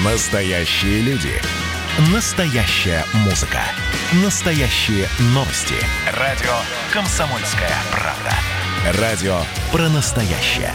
Настоящие люди. Настоящая музыка. Настоящие новости. Радио «Комсомольская правда». Радио про настоящее.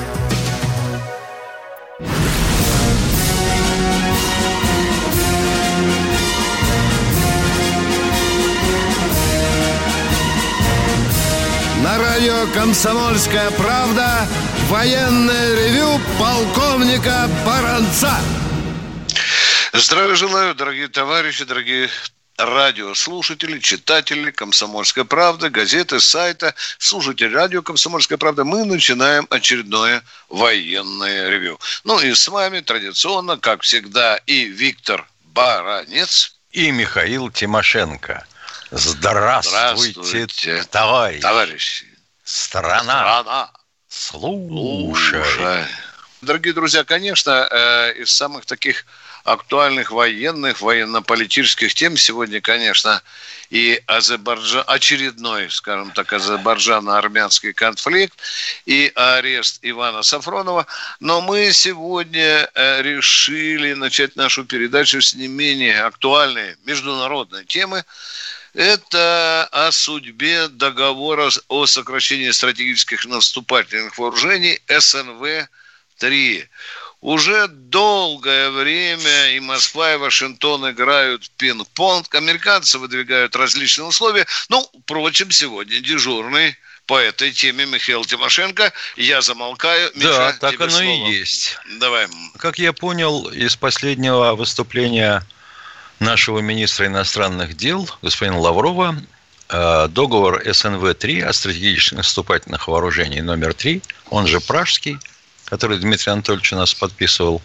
На радио «Комсомольская правда» военное ревю полковника Баранца. Здравия желаю, дорогие товарищи, дорогие радиослушатели, читатели «Комсомольской правды», газеты, сайта, слушатели радио «Комсомольская правда». Мы начинаем очередное военное ревю. Ну и с вами традиционно, как всегда, и Виктор Баранец, и Михаил Тимошенко. Здравствуйте, товарищи. Страна. Слушай. Дорогие друзья, конечно, из самых таких актуальных военных, военно-политических тем сегодня, конечно, и очередной, скажем так, азербайджано-армянский конфликт, и арест Ивана Сафронова. Но мы сегодня решили начать нашу передачу с не менее актуальной международной темы. Это о судьбе договора о сокращении стратегических наступательных вооружений СНВ-3. Уже долгое время и Москва, и Вашингтон играют в пинг-понг. Американцы выдвигают различные условия. Ну, впрочем, сегодня дежурный по этой теме Михаил Тимошенко. Я замолкаю. Миша, да, так тебе оно слово. И есть. Давай. Как я понял из последнего выступления нашего министра иностранных дел, господина Лаврова, договор СНВ-3 о стратегических наступательных вооружениях номер 3, он же пражский, который Дмитрий Анатольевич у нас подписывал,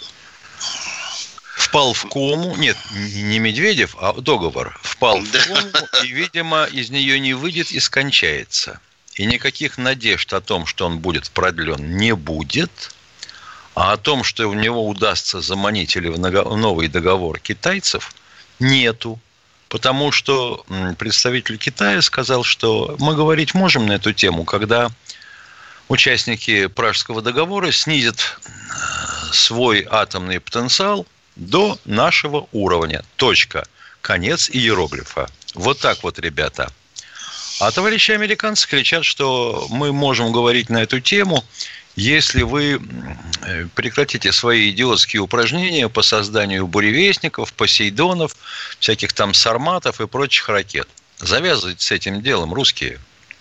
впал в кому. Нет, не Медведев, а договор впал в кому, и, видимо, из нее не выйдет и скончается. И никаких надежд о том, что он будет продлен, не будет. А о том, что в него удастся заманить или в новый договор китайцев, нету. Потому что представитель Китая сказал, что мы говорить можем на эту тему, когда участники Пражского договора снизят свой атомный потенциал до нашего уровня. Точка. Конец иероглифа. Вот так вот, ребята. А товарищи американцы кричат, что мы можем говорить на эту тему, если вы прекратите свои идиотские упражнения по созданию буревестников, посейдонов, всяких там сарматов и прочих ракет. Завязывайте с этим делом, русские.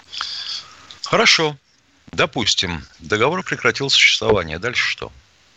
Хорошо. Допустим, договор прекратил существование. Дальше что?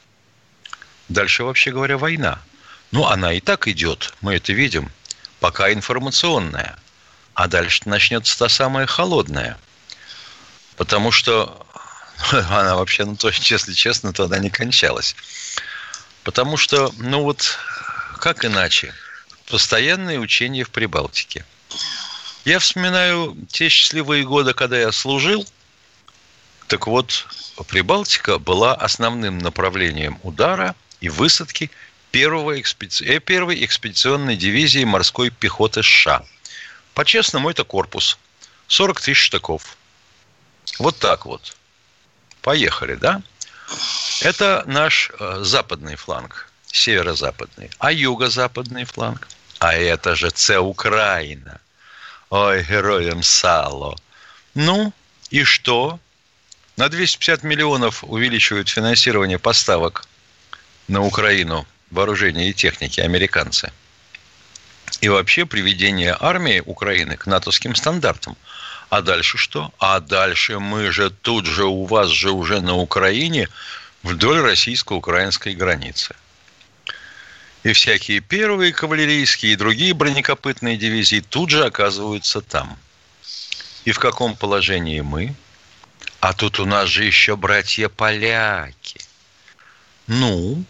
Дальше, вообще говоря, война. Ну, она и так идет, мы это видим, пока информационная. А дальше начнется та самая холодная. Потому что она вообще, если честно, то она не кончалась. Потому что, как иначе? Постоянные учения в Прибалтике. Я вспоминаю те счастливые годы, когда я служил. Так вот, Прибалтика была основным направлением удара и высадки первой экспедиционной дивизии морской пехоты США. По-честному, это корпус. 40 тысяч штыков. Вот так вот. Поехали, да? Это наш западный фланг, северо-западный. А юго-западный фланг? А это же Украина. Ой, героям сало. Ну, и что? На 250 миллионов увеличивают финансирование поставок на Украину вооружения и техники американцы. И вообще приведение армии Украины к натовским стандартам. А дальше что? А дальше мы же тут же, у вас же уже на Украине, вдоль российско-украинской границы. И всякие первые кавалерийские и другие бронекопытные дивизии тут же оказываются там. И в каком положении мы? А тут у нас же еще братья-поляки. Ну?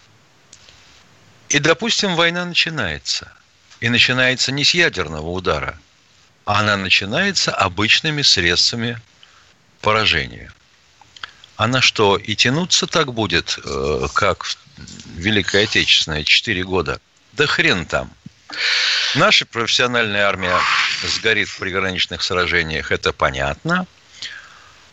И, допустим, война начинается. И начинается не с ядерного удара, а она начинается обычными средствами поражения. Она что, и тянуться так будет, как Великая Отечественная, 4 года? Да хрен там. Наша профессиональная армия сгорит в приграничных сражениях, это понятно.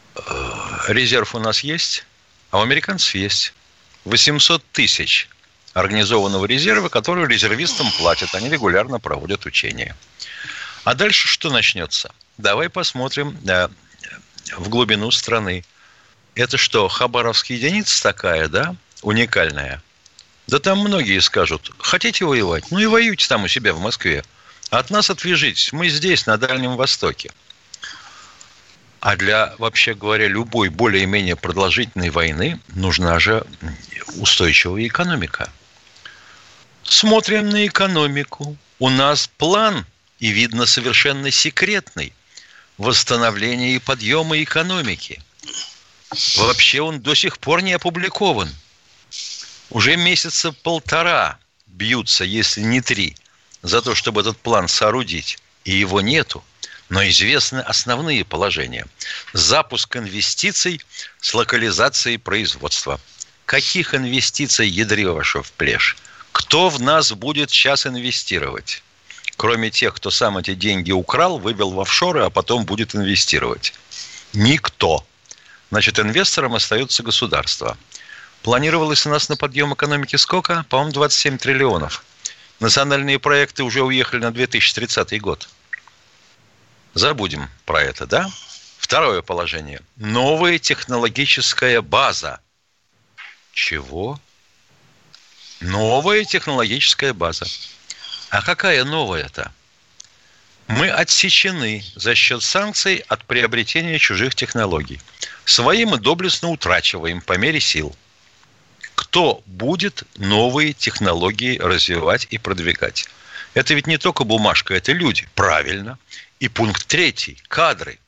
Резерв у нас есть, а у американцев есть. 800 тысяч организованного резерва, который резервистам платят. Они регулярно проводят учения. А дальше что начнется? Давай посмотрим в глубину страны. Это что, Хабаровская единица такая, да? Уникальная. Да там многие скажут, хотите воевать? Ну и воюйте там у себя в Москве. От нас отвяжитесь. Мы здесь, на Дальнем Востоке. А для, вообще говоря, любой более-менее продолжительной войны нужна же устойчивая экономика. Смотрим на экономику. У нас план, и видно совершенно секретный, восстановления и подъема экономики. Вообще он до сих пор не опубликован. Уже месяца 1.5 бьются, если не 3, за то, чтобы этот план соорудить. И его нету. Но известны основные положения. Запуск инвестиций с локализацией производства. Каких инвестиций, ядри вашу в плешь? Кто в нас будет сейчас инвестировать? Кроме тех, кто сам эти деньги украл, вывел в офшоры, а потом будет инвестировать. Никто. Значит, инвестором остается государство. Планировалось у нас на подъем экономики сколько? По-моему, 27 триллионов. Национальные проекты уже уехали на 2030 год. Забудем про это, да? Второе положение. Новая технологическая база. Чего? Новая технологическая база. А какая новая-то? Мы отсечены за счет санкций от приобретения чужих технологий. Свои мы доблестно утрачиваем по мере сил. Кто будет новые технологии развивать и продвигать? Это ведь не только бумажка, это люди. Правильно. И пункт 3. Кадры.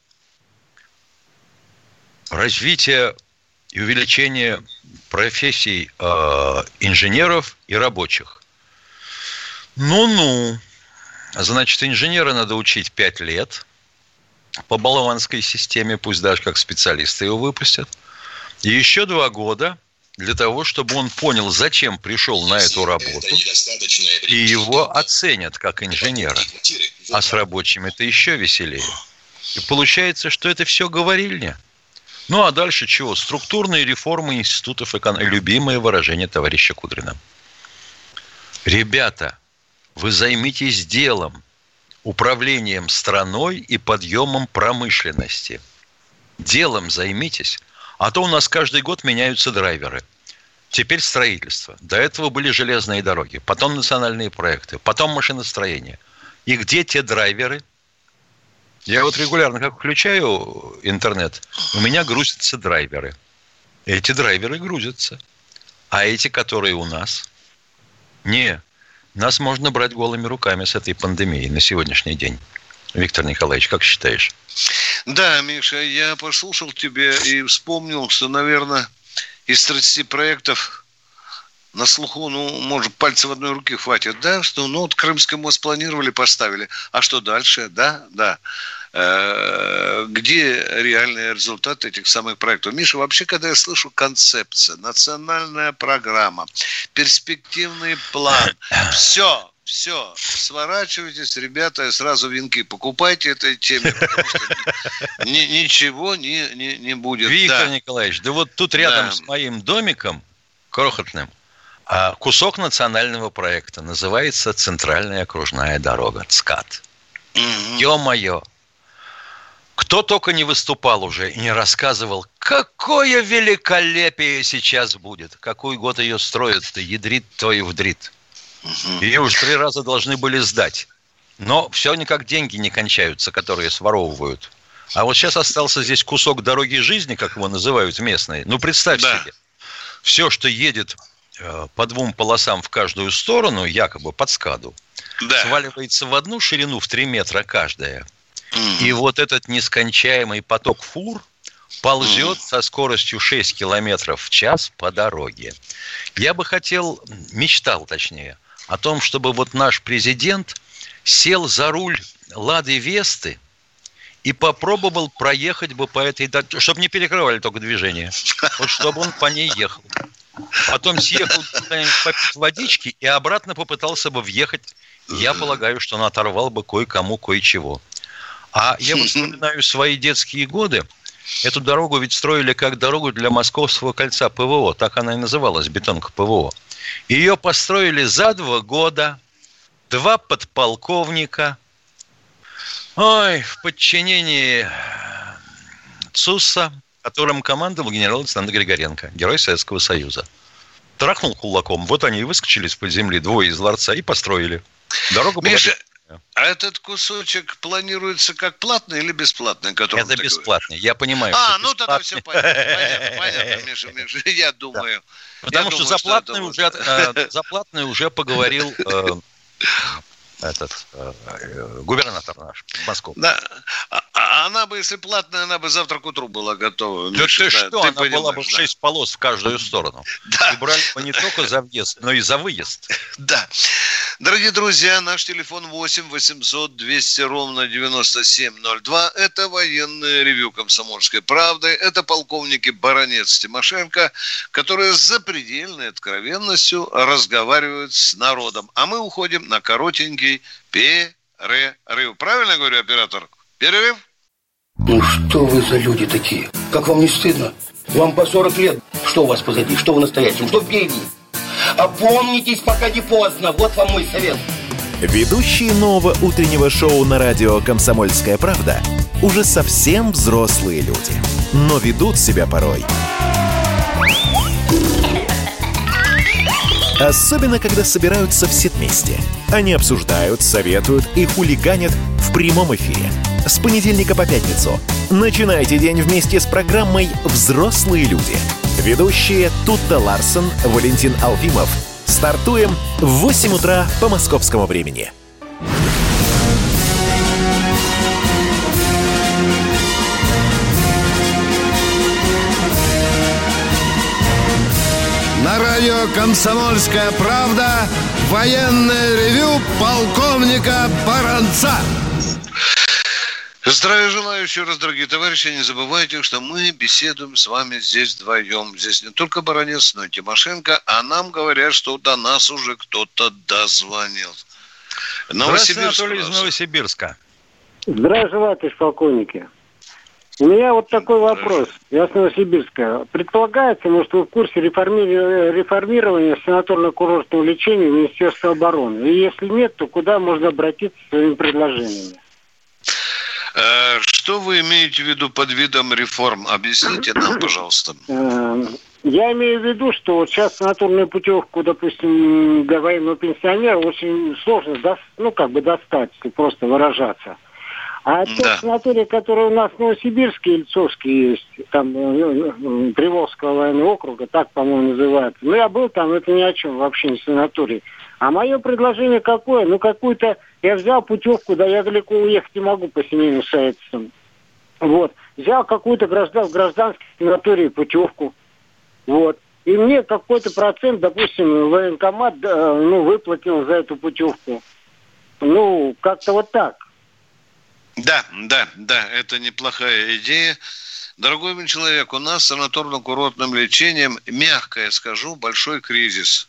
Развитие и увеличение профессий инженеров и рабочих. Ну-ну. Значит, инженера надо учить 5 лет по болванской системе, пусть даже как специалисты его выпустят. И еще 2 года для того, чтобы он понял, зачем пришел на эту работу, и его оценят как инженера. А с рабочими это еще веселее. И получается, что это все говорильня. Ну, а дальше чего? Структурные реформы институтов экономики. Любимое выражение товарища Кудрина. Ребята, вы займитесь делом, управлением страной и подъемом промышленности. Делом займитесь. А то у нас каждый год меняются драйверы. Теперь строительство. До этого были железные дороги. Потом национальные проекты. Потом машиностроение. И где те драйверы? Я вот регулярно, как включаю интернет, у меня грузятся драйверы. Эти драйверы грузятся. А эти, которые у нас? Не. Нас можно брать голыми руками с этой пандемией на сегодняшний день. Виктор Николаевич, как считаешь? Да, Миша, я послушал тебя и вспомнил, что, наверное, из 30 проектов на слуху, может, пальцы в одной руке хватит, да? Что, вот Крымский мост планировали, поставили. А что дальше? Да. Где реальные результаты этих самых проектов? Миша, вообще, когда я слышу концепция, национальная программа, перспективный план, все, сворачивайтесь, ребята, сразу венки покупайте этой теме, потому что ничего не будет. Виктор Николаевич, да вот тут рядом с моим домиком крохотным кусок национального проекта называется «Центральная окружная дорога», ЦКАД. Ё-моё! Кто только не выступал уже и не рассказывал, какое великолепие сейчас будет. Какой год ее строят-то, ядрит твою вдрит. Ее уже 3 раза должны были сдать. Но все никак деньги не кончаются, которые своровывают. А вот сейчас остался здесь кусок дороги жизни, как его называют местные. Ну, представь себе. Все, что едет по 2 полосам в каждую сторону, якобы под СКАДу, сваливается в одну ширину в 3 метра каждая. И вот этот нескончаемый поток фур ползет со скоростью 6 километров в час по дороге. Я бы мечтал о том, чтобы вот наш президент сел за руль Лады Весты и попробовал проехать бы по этой дороге, чтобы не перекрывали только движение, вот чтобы он по ней ехал. Потом съехал куда-нибудь попить водички и обратно попытался бы въехать. Я полагаю, что он оторвал бы кое-кому кое-чего. А я вспоминаю свои детские годы. Эту дорогу ведь строили как дорогу для Московского кольца ПВО. Так она и называлась, бетонка ПВО. Ее построили за 2 года. 2 подполковника. В подчинении ЦУСа, которым командовал генерал Александр Григоренко, герой Советского Союза. Трахнул кулаком. Вот они и выскочили из-под земли, 2 из ларца, и построили. Дорогу Миша, а этот кусочек планируется как платный или бесплатный? Это бесплатный, я понимаю. Ну тогда все понятно, Миша, я думаю. Потому что за платный уже поговорил губернатор наш, Москвы. Да. Она бы, если платная, она бы завтра к утру была готова. Да Миша, ты что, она была бы в 6 полос в каждую сторону. Да. И брали бы не только за въезд, но и за выезд. Да. Дорогие друзья, наш телефон 8 800 200 ровно 9702. Это военное ревью «Комсомольской правды». Это полковники Баранец, Тимошенко, которые с запредельной откровенностью разговаривают с народом. А мы уходим на коротенький перерыв. Правильно говорю, оператор? Перерыв? Ну что вы за люди такие? Как вам не стыдно? Вам по 40 лет. Что у вас позади? Что в настоящем? Что впереди? Опомнитесь, пока не поздно. Вот вам мой совет. Ведущие нового утреннего шоу на радио «Комсомольская правда» уже совсем взрослые люди. Но ведут себя порой. Особенно, когда собираются все вместе. Они обсуждают, советуют и хулиганят в прямом эфире. С понедельника по пятницу. Начинайте день вместе с программой «Взрослые люди». Ведущие Тутта Ларсон, Валентин Алфимов. Стартуем в 8 утра по московскому времени. На радио «Комсомольская правда» военное ревю полковника Баранца. Здравия желаю еще раз, дорогие товарищи. Не забывайте, что мы беседуем с вами здесь вдвоем. Здесь не только Баранец, но и Тимошенко. А нам говорят, что до нас уже кто-то дозвонил. Здравствуйте, Анатолий из Новосибирска. Здравия желаю, товарищ полковники. У меня вот такой вопрос. Я с Новосибирска. Предполагается, может, вы в курсе реформирования санаторно-курортного лечения Министерства обороны? И если нет, то куда можно обратиться с своими предложениями? Что вы имеете в виду под видом реформ? Объясните нам, пожалуйста. Я имею в виду, что вот сейчас санаторную путевку, допустим, для военного пенсионера очень сложно достать, если просто выражаться. А те санатории, которые у нас в Новосибирске, Ельцовске есть, там Приволжского военного округа, так, по-моему, называют. Ну, я был там, это ни о чем, вообще не санаторий. А мое предложение какое? Ну, какую-то... Я взял путевку, да я далеко уехать не могу по семейным обстоятельствам. Вот. Взял какую-то гражданский санаторий путевку. Вот. И мне какой-то процент, допустим, военкомат выплатил за эту путевку. Ну, как-то вот так. Да, это неплохая идея. Дорогой мой человек, у нас с санаторно-курортным лечением, мягко я скажу, большой кризис.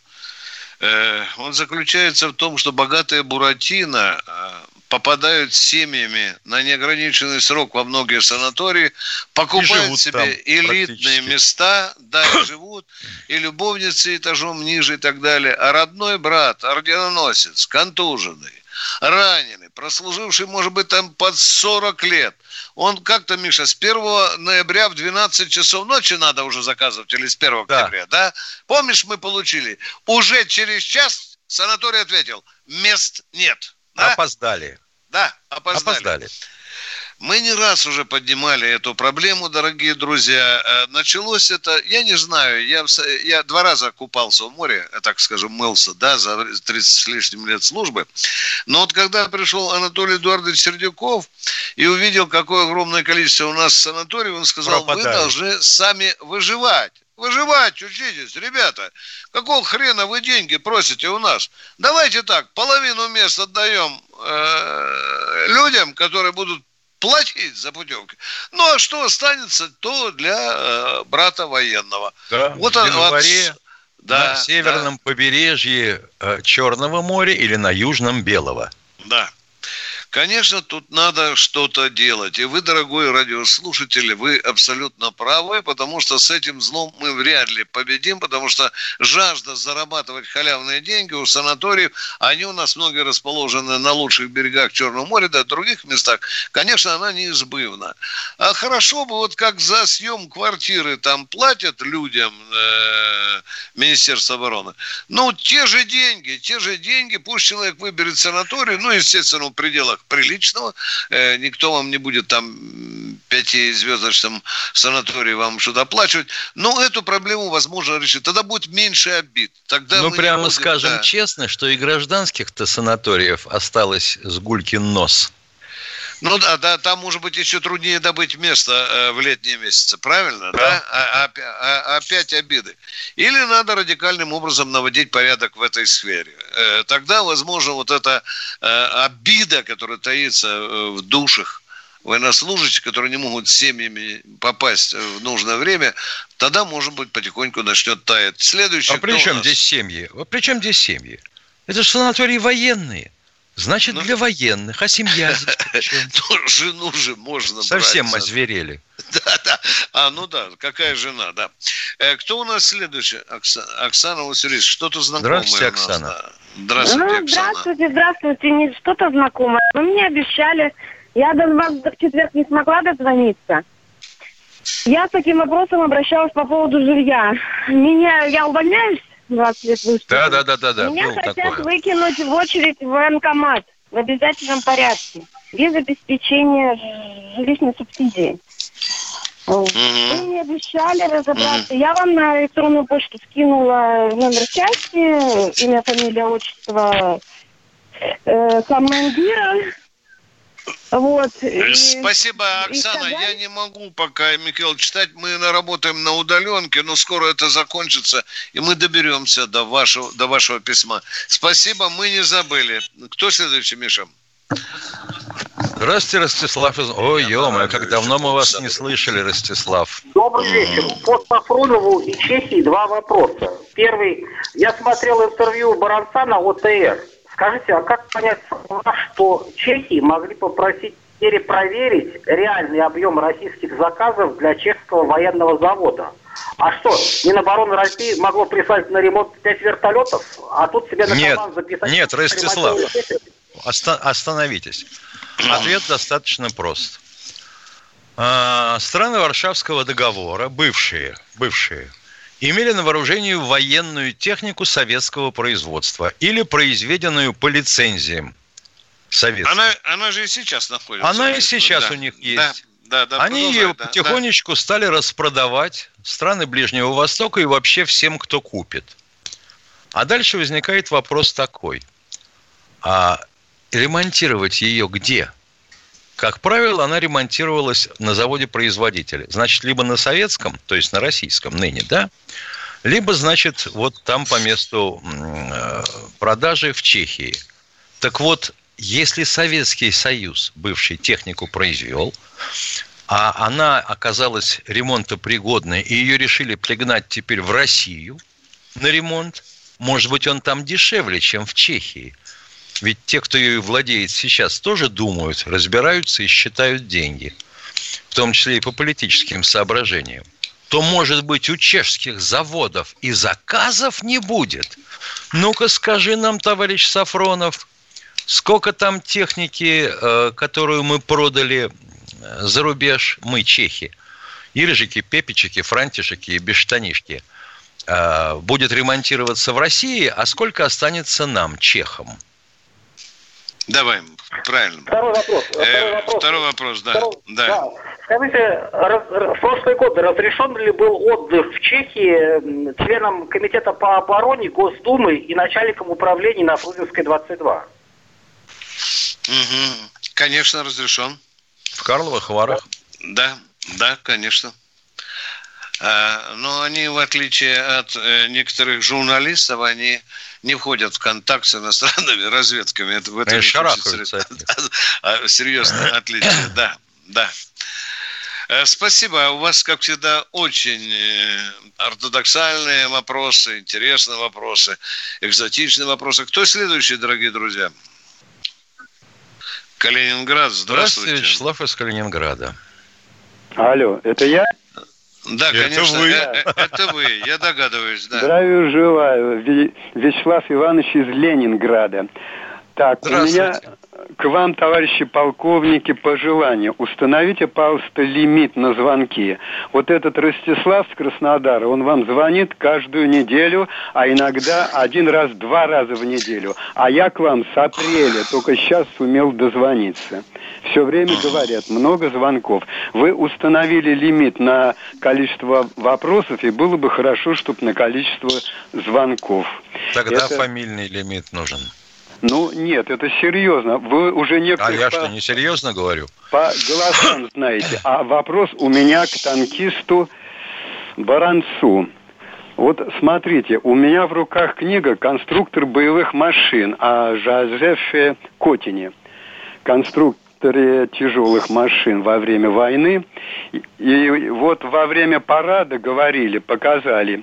Он заключается в том, что богатые буратино попадают семьями на неограниченный срок во многие санатории, покупают себе элитные места, да, и живут, и любовницы этажом ниже и так далее. А родной брат, орденоносец, контуженный, раненый, прослуживший, может быть, там под 40 лет. Он как-то, Миша, с 1 ноября в 12 часов ночи надо уже заказывать, или с 1 октября, да? Помнишь, мы получили? Уже через час санаторий ответил, мест нет. Да? Опоздали. Да, опоздали. Мы не раз уже поднимали эту проблему, дорогие друзья. Началось это, я не знаю, я 2 раза купался в море, так скажем, мылся, да, за 30 с лишним лет службы. Но вот когда пришел Анатолий Эдуардович Сердюков и увидел, какое огромное количество у нас санаториев, он сказал, вы должны сами выживать. Выживать, учитесь, ребята. Какого хрена вы деньги просите у нас? Давайте так, половину мест отдаем людям, которые будут платить за путевки. Ну, а что останется, то для брата военного. Да, вот в январе на северном побережье Черного моря или на южном Белого. Да. Конечно, тут надо что-то делать. И вы, дорогой радиослушатель, вы абсолютно правы, потому что с этим злом мы вряд ли победим, потому что жажда зарабатывать халявные деньги у санаториев, они у нас многие расположены на лучших берегах Черного моря, да, в других местах, конечно, она неизбывна. А хорошо бы, вот как за съем квартиры там платят людям Министерство обороны, ну, те же деньги, пусть человек выберет санаторий, ну, естественно, в пределах приличного, никто вам не будет там 5-звездочном санатории вам что-то оплачивать, но эту проблему возможно решить. Тогда будет меньше обид. Тогда прямо скажем честно, что и гражданских-то санаториев осталось с гулькин нос. Ну да, там может быть еще труднее добыть место в летние месяцы, правильно? Да? Опять обиды. Или надо радикальным образом наводить порядок в этой сфере. Тогда, возможно, вот эта обида, которая таится в душах военнослужащих, которые не могут с семьями попасть в нужное время, тогда, может быть, потихоньку начнет таять. Следующий. А при чем здесь семьи? Это же санатории военные. Значит, для военных. А семья здесь при чем? Ну, жену же можно совсем брать. озверели. Да. Какая жена, да. Кто у нас следующий? Оксана Васильевич, что-то знакомое. Здравствуйте, Оксана. Здравствуйте, Оксана. Здравствуйте. Не что-то знакомое. Вы мне обещали. Я до вас в четверг не смогла дозвониться. Я с таким вопросом обращалась по поводу жилья. Я увольняюсь 20 лет выше. Да. Меня хотят выкинуть в очередь в военкомат в обязательном порядке, без обеспечения жилищной субсидии. Вы мне обещали разобраться. Я вам на электронную почту скинула номер части, имя, фамилия, отчество командира. Вот. Спасибо, Оксана. Я не могу пока, Михаил, читать. Мы работаем на удаленке, но скоро это закончится, и мы доберемся до вашего письма. Спасибо, мы не забыли. Кто следующий, Миша? Здравствуйте, Ростислав. Ой, ё-моё, как давно мы вас не слышали, Ростислав. Добрый вечер. По Сафронову и Чехии 2 вопроса. Первый. Я смотрел интервью Баранца на ОТР. Скажите, а как понять, что Чехии могли попросить перепроверить реальный объем российских заказов для чешского военного завода? А что, Минобороны России могло прислать на ремонт 5 вертолетов, а тут себе на карман записать... Нет, Ростислав, остановитесь. Ответ достаточно прост. Страны Варшавского договора, бывшие, имели на вооружении военную технику советского производства или произведенную по лицензиям советским. Она же и сейчас находится. Она и сейчас у них есть. Да, они ее потихонечку стали распродавать страны Ближнего Востока и вообще всем, кто купит. А дальше возникает вопрос такой. А ремонтировать ее где? Как правило, она ремонтировалась на заводе-производителя. Значит, либо на советском, то есть на российском ныне, да? Либо, значит, вот там по месту продажи в Чехии. Так вот, если Советский Союз, бывший, технику произвел, а она оказалась ремонтопригодной, и ее решили пригнать теперь в Россию на ремонт, может быть, он там дешевле, чем в Чехии. Ведь те, кто ее владеет сейчас, тоже думают, разбираются и считают деньги, в том числе и по политическим соображениям. То, может быть, у чешских заводов и заказов не будет. Ну-ка, скажи нам, товарищ Сафронов, сколько там техники, которую мы продали за рубеж, мы, чехи, иржики, пепичики, франтишики и бештанишки, будет ремонтироваться в России, а сколько останется нам, чехам? Давай, правильно. Второй вопрос, да. Скажите, в прошлые годы разрешен ли был отдых в Чехии членам Комитета по обороне, Госдумы и начальникам управления на Фрунзенской 22? Конечно, разрешен. В Карловых Варах? Да, конечно. Но они, в отличие от некоторых журналистов, они не входят в контакт с иностранными разведками. Это в этом шарахаются. Серьезное отличие, да. Спасибо. У вас, как всегда, очень ортодоксальные вопросы, интересные вопросы, экзотичные вопросы. Кто следующий, дорогие друзья? Калининград, здравствуйте. Здравствуйте, Вячеслав из Калининграда. Алло, это я? Да, конечно, это вы, я догадываюсь, да. Здравия желаю, Вячеслав Иванович из Ленинграда. Так, у меня к вам, товарищи полковники, пожелание. Установите, пожалуйста, лимит на звонки. Вот этот Ростислав с Краснодара, он вам звонит каждую неделю, а иногда 1-2 раза в неделю. А я к вам с апреля только сейчас сумел дозвониться. Все время говорят, много звонков. Вы установили лимит на количество вопросов, и было бы хорошо, чтобы на количество звонков. Тогда фамильный лимит нужен. Ну, нет, это серьезно. Вы уже некоторых... А я что, не серьезно говорю? По голосам знаете. А вопрос у меня к танкисту Баранцу. Вот смотрите, у меня в руках книга «Конструктор боевых машин» о Жозефе Котине. Конструкторе тяжелых машин во время войны. И вот во время парада показали...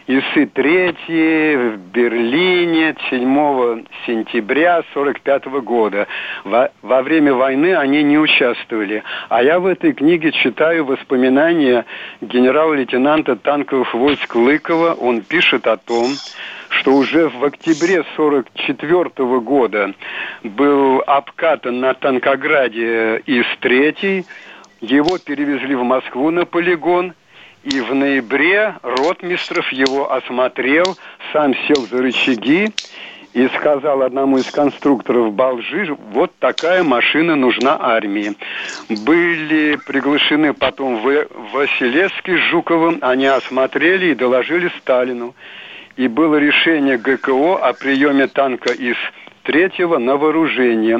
ИСы-3 в Берлине 7 сентября 1945 года. Во время войны они не участвовали. А я в этой книге читаю воспоминания генерал-лейтенанта танковых войск Лыкова. Он пишет о том, что уже в октябре 1944 года был обкатан на Танкограде ИС-3. Его перевезли в Москву на полигон. И в ноябре ротмистров его осмотрел, сам сел за рычаги и сказал одному из конструкторов Балжи, вот такая машина нужна армии. Были приглашены потом Василевский с Жуковым, они осмотрели и доложили Сталину. И было решение ГКО о приеме танка ИС-3 на вооружение.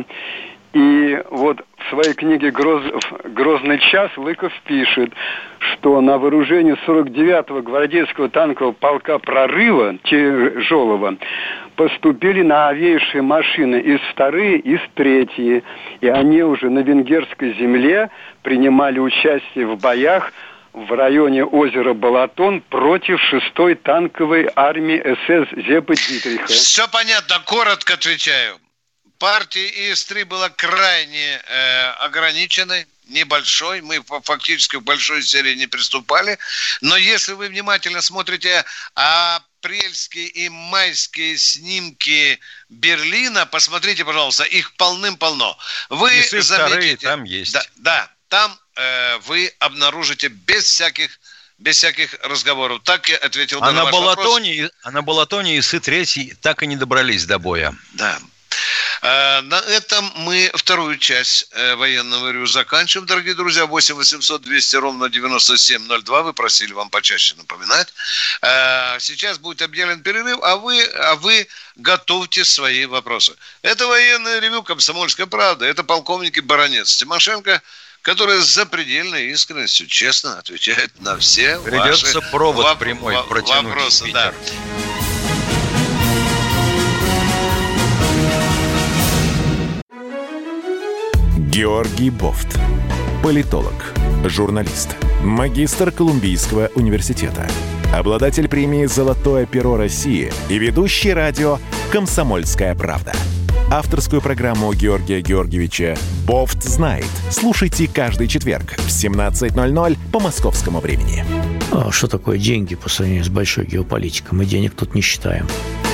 И вот в своей книге «Грозный час» Лыков пишет, что на вооружение 49-го гвардейского танкового полка «Прорыва» тяжелого поступили новейшие машины ИС-2, ИС-3. И они уже на венгерской земле принимали участие в боях в районе озера Балатон против 6-й танковой армии СС Зеппа Дитриха. Все понятно, коротко отвечаю. Партия ИС-3 была крайне ограниченной, небольшой. Мы фактически к большой серии не приступали. Но если вы внимательно смотрите апрельские и майские снимки Берлина, посмотрите, пожалуйста, их полным-полно. Вы заметите, там есть. Да, там вы обнаружите без всяких разговоров. Так я ответил на ваш вопрос. А на Балатоне ИСы-3 так и не добрались до боя. Да. На этом мы вторую часть военного ревью заканчиваем, дорогие друзья. 8 800 200 ровно 9702. Вы просили вам почаще напоминать. Сейчас будет объявлен перерыв, а вы готовьте свои вопросы. Это военное ревью «Комсомольская правда». Это полковник и баронец Тимошенко, который с запредельной искренностью честно отвечает на все Придется ваши провод прямой протянуть вопросы. Да. Георгий Бофт. Политолог, журналист, магистр Колумбийского университета, обладатель премии «Золотое перо России» и ведущий радио «Комсомольская правда». Авторскую программу Георгия Георгиевича «Бофт знает». Слушайте каждый четверг в 17:00 по московскому времени. Что такое деньги по сравнению с большой геополитикой? Мы денег тут не считаем.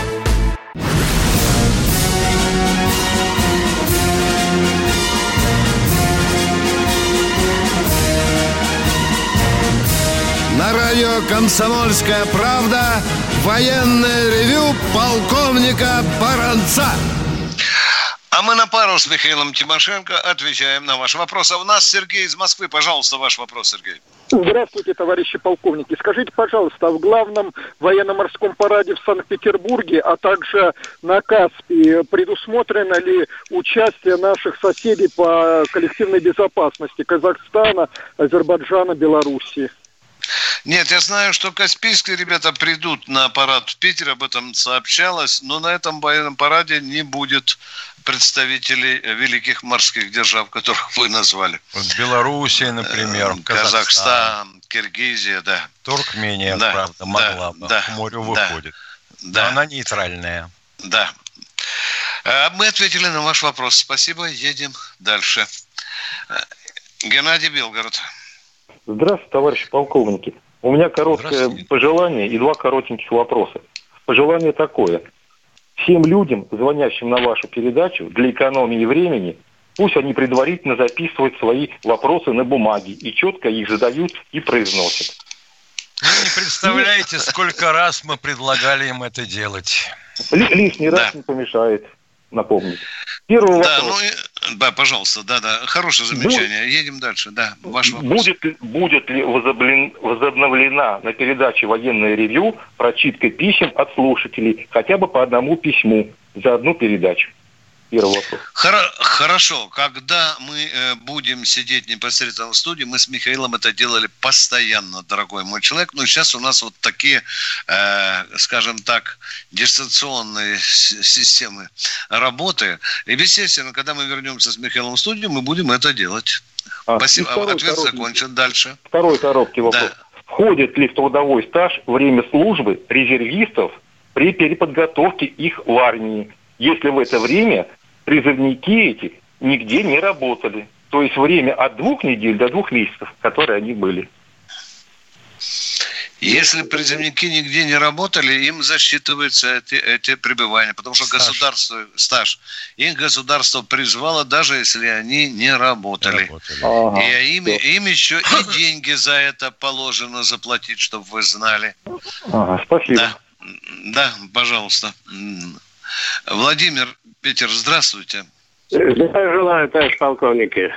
На радио «Комсомольская правда» военное ревью полковника Баранца. А мы на пару с Михаилом Тимошенко отвечаем на ваши вопросы. А у нас Сергей из Москвы. Пожалуйста, ваш вопрос, Сергей. Здравствуйте, товарищи полковники. Скажите, пожалуйста, в главном военно-морском параде в Санкт-Петербурге, а также на Каспии, предусмотрено ли участие наших соседей по коллективной безопасности Казахстана, Азербайджана, Белоруссии? Нет, я знаю, что каспийские ребята придут на парад в Питер, об этом сообщалось, но на этом военном параде не будет представителей великих морских держав, которых вы назвали. Белоруссия, например, Казахстан, Киргизия, да. Туркмения, да, правда, могла бы, к морю выходит. Да. Но она нейтральная. Да. Мы ответили на ваш вопрос. Спасибо. Едем дальше. Геннадий, Белгород. Здравствуйте, товарищи полковники. У меня короткое пожелание и 2 коротеньких вопроса. Пожелание такое. Всем людям, звонящим на вашу передачу, для экономии времени, пусть они предварительно записывают свои вопросы на бумаге и четко их задают и произносят. Вы не представляете, сколько раз мы предлагали им это делать. Лишний раз не помешает напомнить. Первый вопрос. Да, пожалуйста, да. Хорошее замечание. Едем дальше. Да, ваш вопрос. Будет ли возобновлена на передаче «Военное ревью» прочитка писем от слушателей хотя бы по одному письму за одну передачу? Первый вопрос. Хорошо. Когда мы будем сидеть непосредственно в студии, мы с Михаилом это делали постоянно, дорогой мой человек. Но сейчас у нас вот такие, скажем так, дистанционные системы работы. И, естественно, когда мы вернемся с Михаилом в студию, мы будем это делать. Спасибо. Ответ закончен. Дальше. Второй короткий вопрос. Да. Входит ли в трудовой стаж время службы резервистов при переподготовке их в армии, если в это время призывники эти нигде не работали? То есть время от 2 недель до 2 месяцев, которые они были. Если призывники нигде не работали, им засчитываются эти пребывания, потому что стаж, их государство призвало, даже если они не работали. И им еще и деньги за это положено заплатить, чтобы вы знали. Спасибо. Да, пожалуйста. Владимир, Питер, здравствуйте. Здравия желаю, товарищ полковники.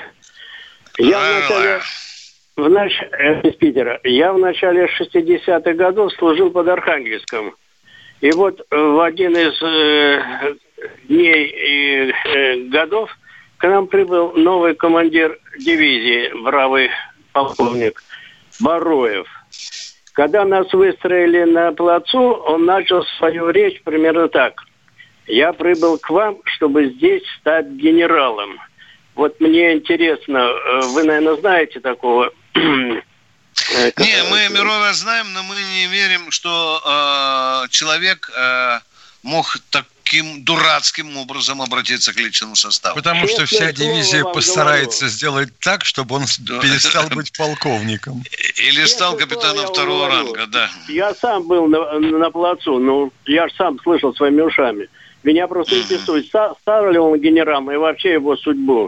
Из Питера. Я в начале 60-х годов служил под Архангельском. И вот в один из дней и годов к нам прибыл новый командир дивизии, бравый полковник Бароев. Когда нас выстроили на плацу, он начал свою речь примерно так. Я прибыл к вам, чтобы здесь стать генералом. Вот мне интересно, вы, наверное, знаете такого... Не, мы Мирова знаем, но мы не верим, что человек мог таким дурацким образом обратиться к личному составу. Потому что вся дивизия постарается сделать так, чтобы он перестал быть полковником. Или стал капитаном второго ранга, да. Я сам был на плацу, я же сам слышал своими ушами. Меня просто интересует, стал ли он генералом и вообще его судьбу.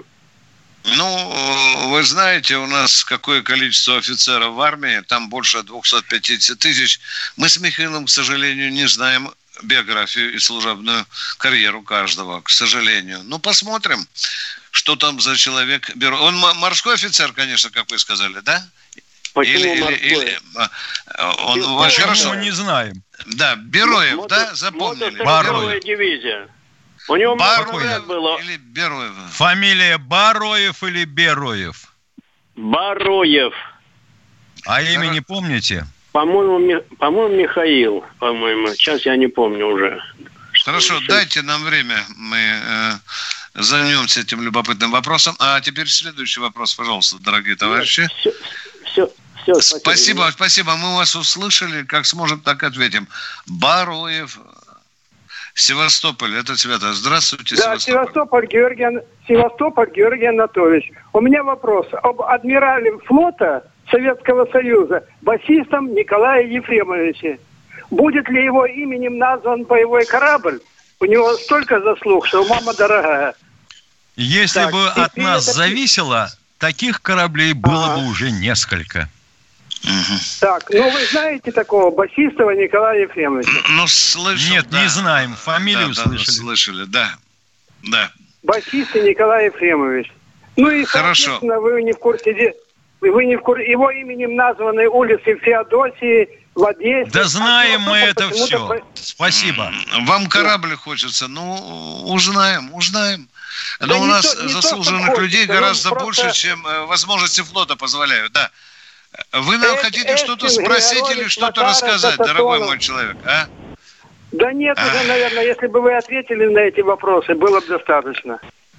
Вы знаете, у нас какое количество офицеров в армии, там больше 250 тысяч. Мы с Михаилом, к сожалению, не знаем биографию и служебную карьеру каждого, к сожалению. Посмотрим, что там за человек. Он морской офицер, конечно, как вы сказали, да? Почему морской? Хорошо, не знаем. Да, Бероев, да, запомнили? Бароев. Дивизия. У него Бароев было. Или Бероев. Фамилия Бароев или Бероев? Бароев. А имя не помните? По-моему, Михаил, по-моему. Сейчас я не помню уже. Хорошо, дайте нам время. Мы займемся этим любопытным вопросом. А теперь следующий вопрос, пожалуйста, дорогие товарищи. Все, Спасибо. Мы вас услышали. Как сможем, так ответим. Бароев... Севастополь, это Свято. Здравствуйте, да, Севастополь. Севастополь Георгий Анатольевич. У меня вопрос об адмирале флота Советского Союза, басистом Николае Ефремовиче. Будет ли его именем назван боевой корабль? У него столько заслуг, что мама дорогая. Если бы от нас зависело, таких кораблей было бы уже несколько. Так, вы знаете такого басистого Николая Ефремовича? Слышал. Нет, не знаем. Фамилию слышали, да. Басистый Николай Ефремович. И, хорошо. Вы не в курсе, его именем названы улицы Феодосии, в Одессе. Да знаем мы это все. Спасибо. Вам корабль хочется? Узнаем. Но у нас заслуженных людей гораздо больше, чем возможности флота позволяют, да. Вы нам хотите что-то спросить или что-то рассказать, дорогой мой человек, а? Да нет, уже, наверное, если бы вы ответили на эти вопросы, было бы достаточно.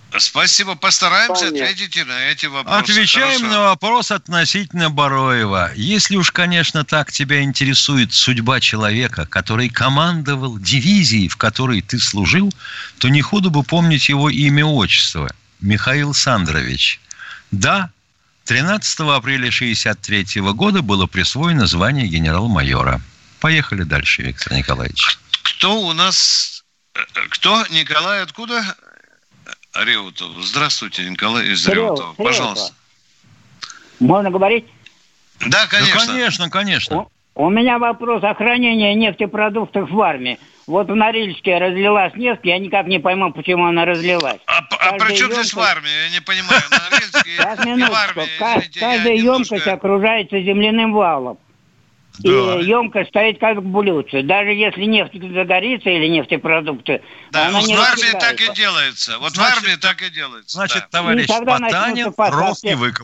Спасибо. Постараемся ответить на эти вопросы. Отвечаем на вопрос относительно Бароева. Если уж, конечно, так тебя интересует судьба человека, который командовал дивизией, в которой ты служил, то не худо бы помнить его имя, отчество. Михаил Сандрович. Да, 13 апреля 1963 года было присвоено звание генерал-майора. Поехали дальше, Виктор Николаевич. Кто у нас... Кто? Николай откуда? Реутов. Здравствуйте, Николай из Реутова. Пожалуйста. Можно говорить? Да, конечно. Да, конечно, конечно. У меня вопрос о хранении нефтепродуктов в армии. Вот в Норильске разлилась нефть, я никак не пойму, почему она разлилась. А при чем здесь в армии? Я не понимаю. Норильске и в армии. Каждая емкость окружается земляным валом. Да. И емкость стоит как блюдце. Даже если нефть загорится или нефтепродукты, да, она не в армии так и делается. Вот значит, в армии так и делается. Значит, да. Товарищ Потанин ров не выкоп.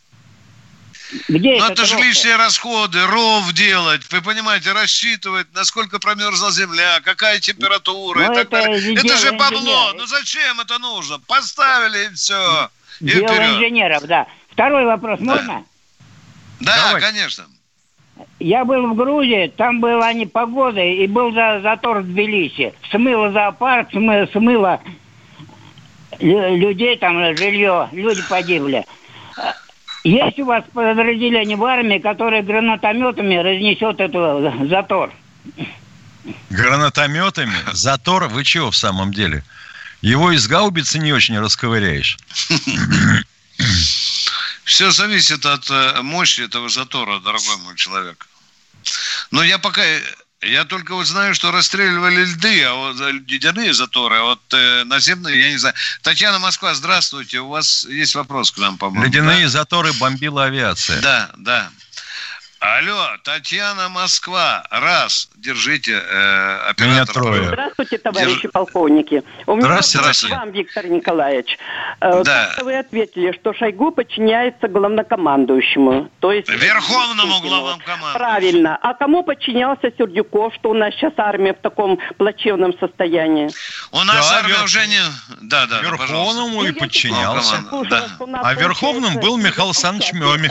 Но это же лишние расходы, ров делать, вы понимаете, рассчитывать, насколько промерзла земля, какая температура и так далее. Это же бабло, ну зачем это нужно? Поставили и все. И дело инженеров, да. Второй вопрос, можно? Да, давай. Конечно. Я был в Грузии, там была непогода, и был затор в Тбилиси. Смыло зоопарк, смыло людей, там жилье, люди погибли. Есть у вас подразделение в армии, которое гранатометами разнесет этот затор? Гранатометами? Затор? Вы чего в самом деле? Его из гаубицы не очень расковыряешь. Все зависит от мощи этого затора, дорогой мой человек. Но я только вот знаю, что расстреливали льды, а вот ледяные заторы, а вот наземные, я не знаю. Татьяна, Москва, здравствуйте. У вас есть вопрос к нам, по-моему. Ледяные заторы бомбила авиация. Да. Алло, Татьяна, Москва. Раз. Держите, оператор. Меня трое. Здравствуйте, товарищи полковники. У меня вопрос к вам, Виктор Николаевич. Да. Вы ответили, что Шойгу подчиняется главнокомандующему. То есть Верховному главнокомандующему. Правильно. А кому подчинялся Сердюков, что у нас сейчас армия в таком плачевном состоянии? У нас армия уже не... Да, Верховному и подчинялся. А Верховным был Михаил Александрович...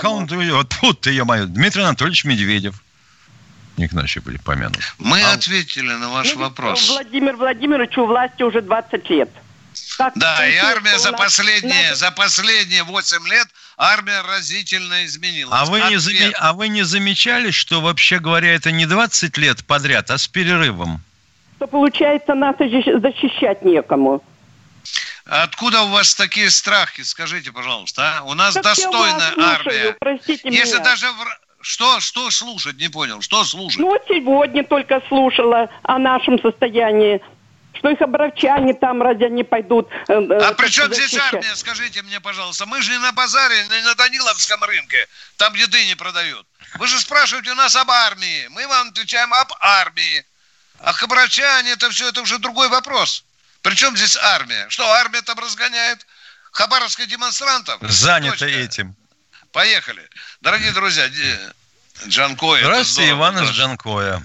Дмитрий Анатольевич Медведев. Не к нашей были помянуты. Мы ответили на ваш вопрос. Владимир Владимирович у власти уже 20 лет. Да, и армия за последние 8 лет армия разительно изменилась. А вы не замечали, что, вообще говоря, это не 20 лет подряд, а с перерывом? То получается, нас защищать некому. Откуда у вас такие страхи, скажите, пожалуйста, а? У нас достойная армия. Простите Если меня. даже... Что слушать? Не понял. Что слушать? Ну, вот сегодня только слушала о нашем состоянии. Что их обровчане там, ради они пойдут... А при чем здесь армия, скажите мне, пожалуйста? Мы же не на базаре, не на Даниловском рынке. Там еды не продают. Вы же спрашиваете у нас об армии. Мы вам отвечаем об армии. А хабаровчане, это все, это уже другой вопрос. При чем здесь армия? Что, армия там разгоняет хабаровских демонстрантов? Занято этим. Поехали. Дорогие друзья, Джанкоя. Здравствуйте, Иван из Джанкоя.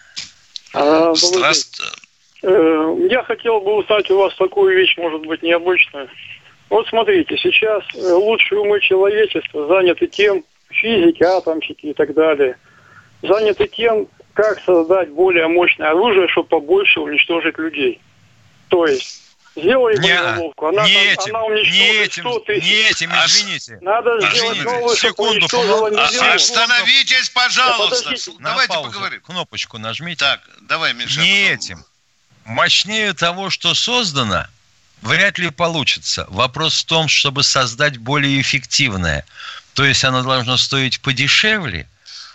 Здравствуйте. Я хотел бы узнать у вас такую вещь, может быть, необычную. Вот смотрите, сейчас лучшие умы человечества заняты тем, физики, атомщики и так далее, заняты тем, как создать более мощное оружие, чтобы побольше уничтожить людей. То есть сделали боеголовку, она уничтожит 100 тысяч. Не этим, извините. Надо сделать новую, чтобы уничтожила не Остановитесь, пожалуйста. Давайте поговорим. Кнопочку нажмите. Так, давай, Миша. Не этим. Мощнее того, что создано, вряд ли получится. Вопрос в том, чтобы создать более эффективное. То есть оно должно стоить подешевле,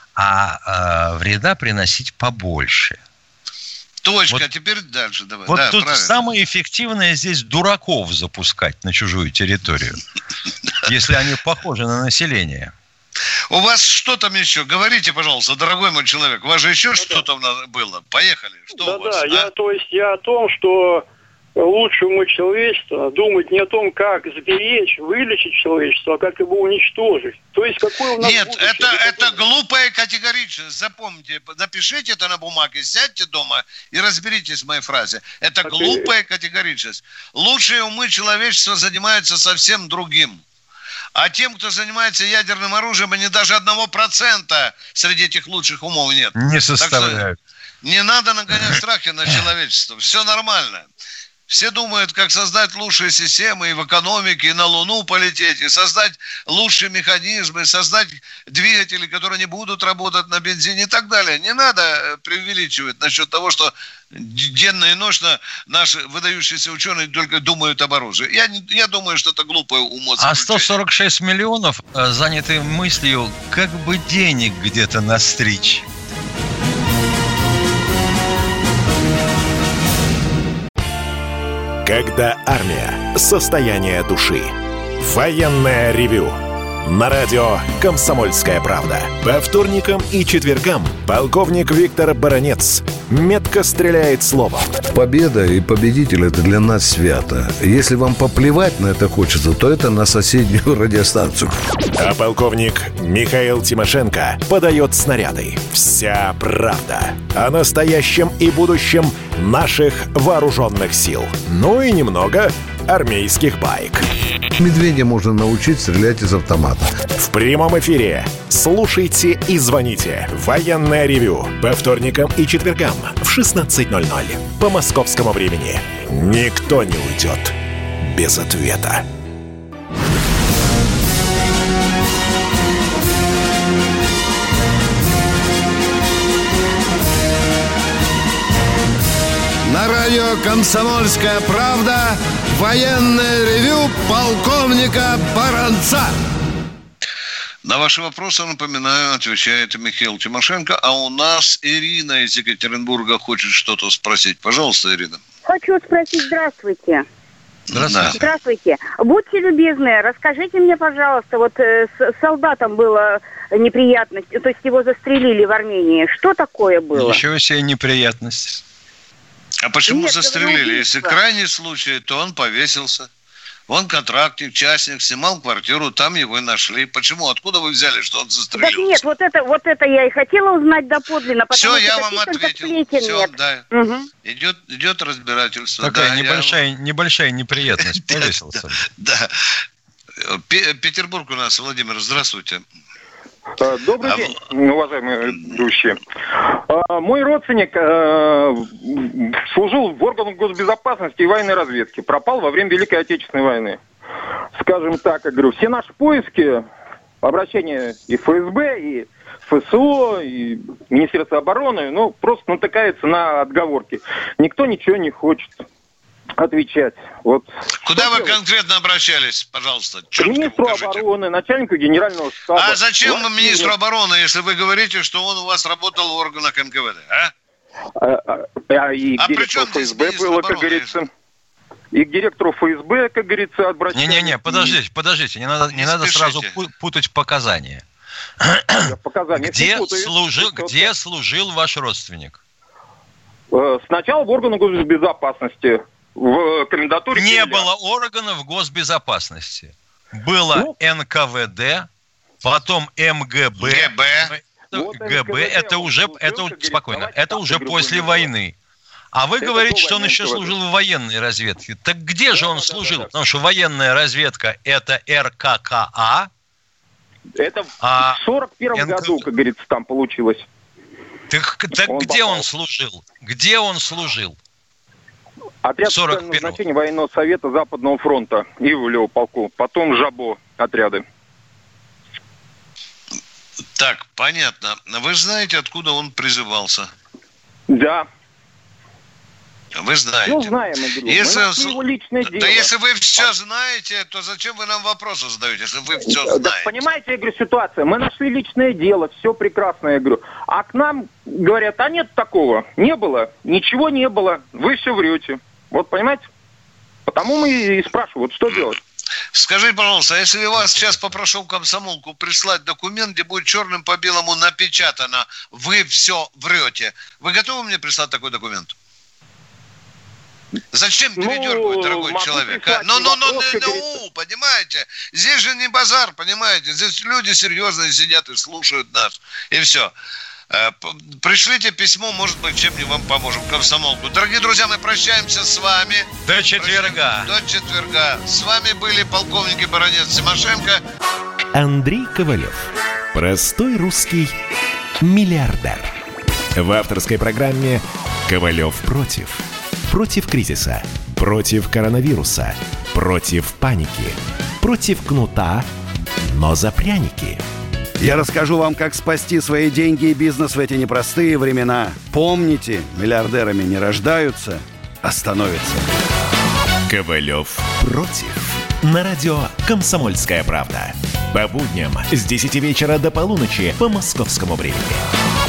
а вреда приносить побольше. Точка, вот, теперь дальше давай. Вот тут правильно. Самое эффективное здесь дураков запускать на чужую территорию, если они похожи на население. У вас что там еще? Говорите, пожалуйста, дорогой мой человек, у вас же еще что-то было? Поехали. Что у вас? Я о том, что лучше умыть человечество, думать не о том, как сберечь, вылечить человечество, а как его уничтожить. То есть какой у нас Нет, будущее? это глупая категоричность. Запомните, напишите это на бумаге, сядьте дома и разберитесь в моей фразе. Это глупая категоричность. Лучшие умы человечества занимаются совсем другим. А тем, кто занимается ядерным оружием, они даже 1% среди этих лучших умов нет. Не составляют. Не надо нагонять страхи на человечество. Все нормально. Все думают, как создать лучшие системы и в экономике, и на Луну полететь, и создать лучшие механизмы, создать двигатели, которые не будут работать на бензине и так далее. Не надо преувеличивать насчет того, что денно и ночно наши выдающиеся ученые только думают об оружии. Я думаю, что это глупое умозаключение. А 146 миллионов заняты мыслью, как бы денег где-то настричь. Когда армия. Состояние души. Военное ревю. На радио «Комсомольская правда». По вторникам и четвергам полковник Виктор Баранец метко стреляет словом. Победа и победитель – это для нас свято. Если вам поплевать на это хочется, то это на соседнюю радиостанцию. А полковник Михаил Тимошенко подает снаряды. Вся правда о настоящем и будущем наших вооруженных сил. Ну и немного армейских баек. Медведя можно научить стрелять из автомата. В прямом эфире. Слушайте и звоните. Военное ревю. По вторникам и четвергам в 16:00. По московскому времени. Никто не уйдет без ответа. На радио «Комсомольская правда» военное ревю полковника Баранца. На ваши вопросы, напоминаю, отвечает Михаил Тимошенко. А у нас Ирина из Екатеринбурга хочет что-то спросить. Пожалуйста, Ирина. Хочу спросить, здравствуйте. Здравствуйте. Здравствуйте. Будьте любезны, расскажите мне, пожалуйста, вот с солдатом было неприятность, то есть его застрелили в Армении. Что такое было? Ничего себе неприятность. А почему Нет, застрелили? Если крайний случай, то он повесился. Он контрактник, частник, снимал квартиру, там его и нашли. Почему? Откуда вы взяли, что он застрелился? Так нет, вот это я и хотела узнать доподлинно. Все, я вам ответил. Все, нет. да. Угу. Идет разбирательство. Такая да, небольшая неприятность. Повесился. Да. Петербург у нас. Владимир, здравствуйте. Добрый день, уважаемые ведущие. Мой родственник служил в органах госбезопасности и военной разведки. Пропал во время Великой Отечественной войны. Скажем так, я говорю, все наши поиски, обращения и ФСБ, и ФСО, и Министерство обороны, просто натыкается на отговорки. Никто ничего не хочет отвечать. Вот. Куда вы конкретно обращались, пожалуйста? К министру обороны, начальнику генерального штаба. А зачем вам министру обороны, если вы говорите, что он у вас работал в органах НКВД, И к директору ФСБ было, как говорится. И к директору ФСБ, как говорится, обращались. Не-не-не, подождите, не надо сразу путать показания. Где служил ваш родственник? Сначала в органах госбезопасности. В комендатуре не было органов госбезопасности. Было НКВД, потом МГБ. ГБ, это уже спокойно, это уже после войны. А вы говорите, что он еще служил в военной разведке. Так где же он служил? Потому что военная разведка – это РККА. Это в 41 году, как говорится, там получилось. Так где он служил? Где он служил? Отряд специального назначения военного совета Западного фронта, Ивлева полку, потом ЖАБО отряды. Так, понятно. Вы знаете, откуда он призывался? Да. Вы знаете. Знаем, если его личное дело. Да если вы все знаете, то зачем вы нам вопросы задаете, если вы все знаете? Да, понимаете, я говорю, ситуация. Мы нашли личное дело, все прекрасно, я говорю. А к нам говорят, а нет такого. Не было, ничего не было. Вы все врете. Вот, понимаете? Потому мы и спрашиваем, вот что делать? Скажите, пожалуйста, если я вас сейчас попрошу в комсомолку прислать документ, где будет черным по белому напечатано, вы все врете, вы готовы мне прислать такой документ? Зачем передергивать, дорогой человек? Понимаете? Здесь же не базар, понимаете? Здесь люди серьезные сидят и слушают нас. И все. Пришлите письмо, может быть, чем-нибудь вам поможем, комсомолку. Дорогие друзья, мы прощаемся с вами. До четверга. До четверга. С вами были полковники Баранец, Тимошенко. Андрей Ковалев. Простой русский миллиардер. В авторской программе «Ковалев против». Против кризиса, против коронавируса, против паники, против кнута, но за пряники. Я расскажу вам, как спасти свои деньги и бизнес в эти непростые времена. Помните, миллиардерами не рождаются, а становятся. Ковалев против. На радио «Комсомольская правда». По будням с 10 вечера до полуночи по московскому времени.